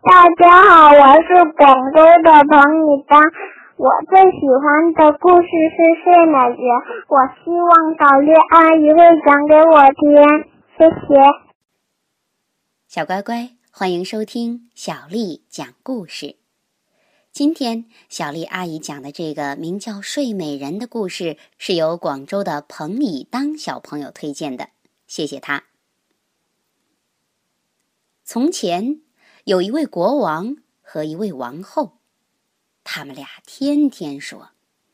大家好，我是广州的彭以丹。我最喜欢的故事是睡美人，我希望小丽阿姨会讲给我听，谢谢。 小乖乖，欢迎收听小丽讲故事。今天小丽阿姨讲的这个名叫《睡美人》的故事，是由广州的彭以当小朋友推荐的，谢谢他。从前有一位国王和一位王后，他们俩天天说：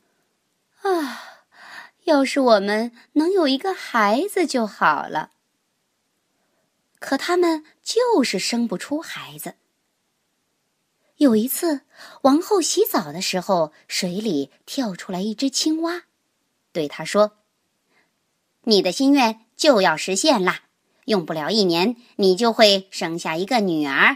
要是我们能有一个孩子就好了。可他们就是生不出孩子。有一次，王后洗澡的时候，水里跳出来一只青蛙，对她说：你的心愿就要实现啦，用不了1年，你就会生下一个女儿。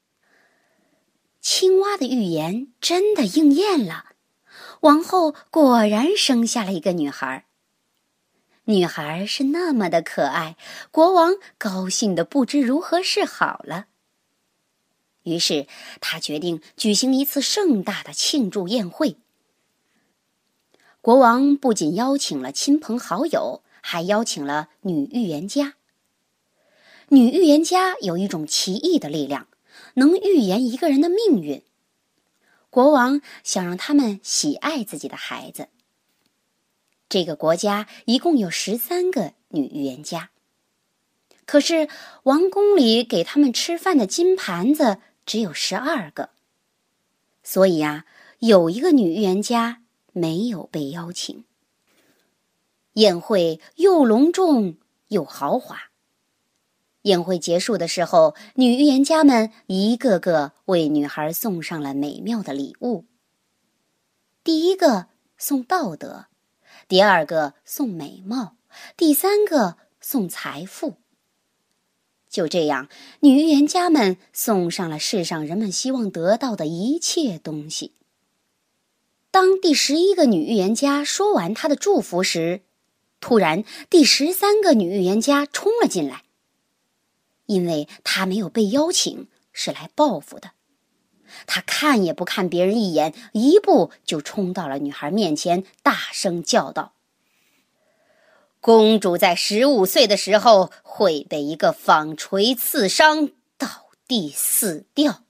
青蛙的预言真的应验了，王后果然生下了一个女孩。女孩是那么的可爱，国王高兴得不知如何是好了。于是他决定举行一次盛大的庆祝宴会。国王不仅邀请了亲朋好友，还邀请了女预言家。女预言家有一种奇异的力量，能预言一个人的命运。国王想让他们喜爱自己的孩子。这个国家一共有13个女预言家，可是王宫里给他们吃饭的金盘子只有12个，所以有一个女预言家没有被邀请。宴会又隆重又豪华。宴会结束的时候，女预言家们一个个为女孩送上了美妙的礼物。第一个送道德，第二个送美貌，第三个送财富。就这样，女预言家们送上了世上人们希望得到的一切东西。当第11个女预言家说完她的祝福时，突然第13个女预言家冲了进来。因为她没有被邀请，是来报复的。她看也不看别人一眼，一步就冲到了女孩面前，大声叫道：公主在15岁的时候会被一个纺锤刺伤，倒地死掉。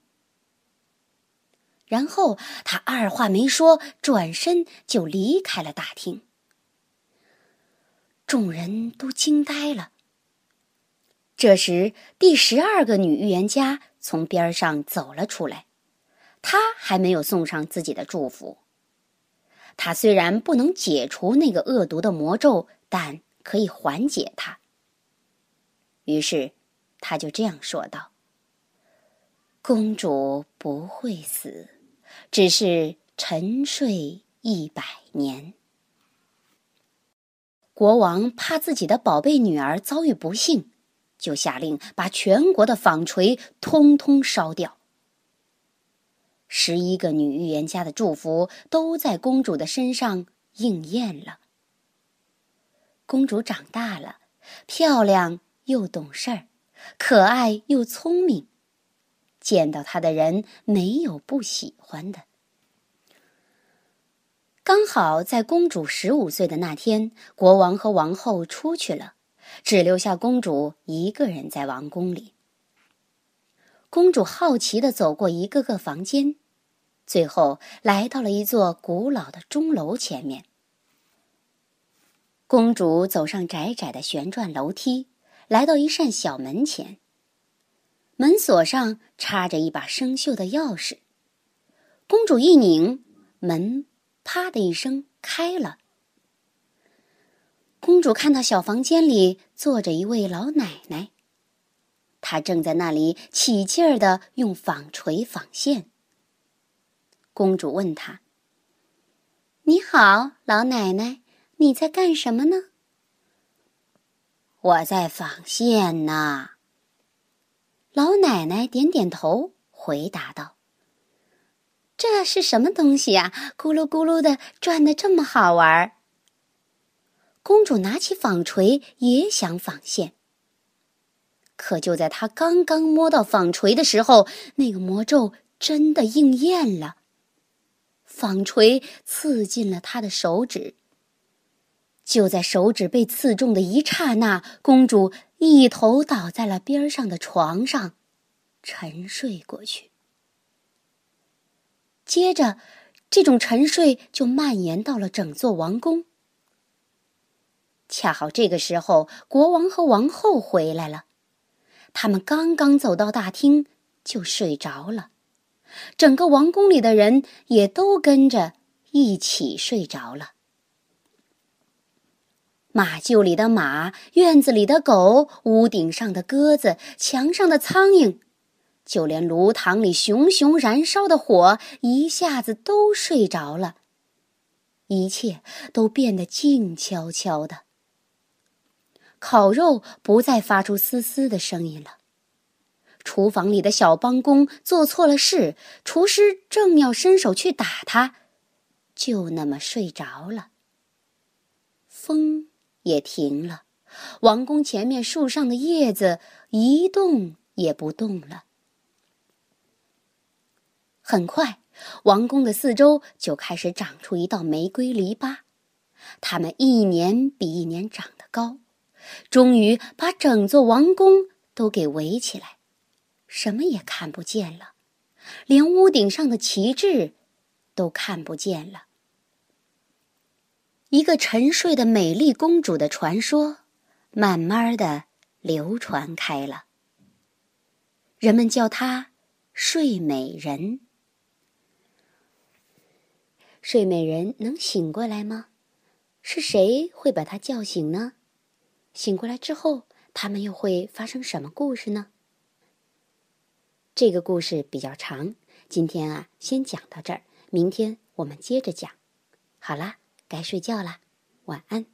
然后她二话没说，转身就离开了大厅。众人都惊呆了。这时，第12个女预言家从边上走了出来，她还没有送上自己的祝福。她虽然不能解除那个恶毒的魔咒，但可以缓解它。于是，她就这样说道：公主不会死，只是沉睡100年。国王怕自己的宝贝女儿遭遇不幸，就下令把全国的纺锤通通烧掉。11个女预言家的祝福都在公主的身上应验了。公主长大了，漂亮又懂事儿，可爱又聪明，见到她的人没有不喜欢的。刚好在公主15岁的那天，国王和王后出去了，只留下公主一个人在王宫里。公主好奇地走过一个个房间，最后来到了一座古老的钟楼前面。公主走上窄窄的旋转楼梯，来到一扇小门前。门锁上插着一把生锈的钥匙。公主一拧，门啪的一声开了。公主看到小房间里坐着一位老奶奶，她正在那里起劲儿地用纺锤纺线。公主问她：你好，老奶奶，你在干什么呢？我在纺线呢。老奶奶点点头，回答道：这是什么东西呀？咕噜咕噜的转得这么好玩。公主拿起纺锤也想纺线， 可就在他刚刚摸到纺锤的时候，那个魔咒真的应验了。纺锤刺进了他的手指。就在手指被刺中的一刹那，公主一头倒在了边上的床上，沉睡过去。接着，这种沉睡就蔓延到了整座王宫。恰好这个时候，国王和王后回来了。他们刚刚走到大厅，就睡着了。整个王宫里的人也都跟着一起睡着了。马厩里的马，院子里的狗，屋顶上的鸽子，墙上的苍蝇，就连炉膛里熊熊燃烧的火，一下子都睡着了。一切都变得静悄悄的。烤肉不再发出嘶嘶的声音了。厨房里的小帮工做错了事，厨师正要伸手去打他，就那么睡着了。风也停了，王宫前面树上的叶子一动也不动了。很快，王宫的四周就开始长出一道玫瑰篱笆，它们一年比一年长得高，终于把整座王宫都给围起来，什么也看不见了，连屋顶上的旗帜都看不见了。一个沉睡的美丽公主的传说，慢慢地流传开了。人们叫她睡美人。睡美人能醒过来吗？是谁会把她叫醒呢？醒过来之后，他们又会发生什么故事呢？这个故事比较长，今天先讲到这儿，明天我们接着讲。好啦，该睡觉啦，晚安。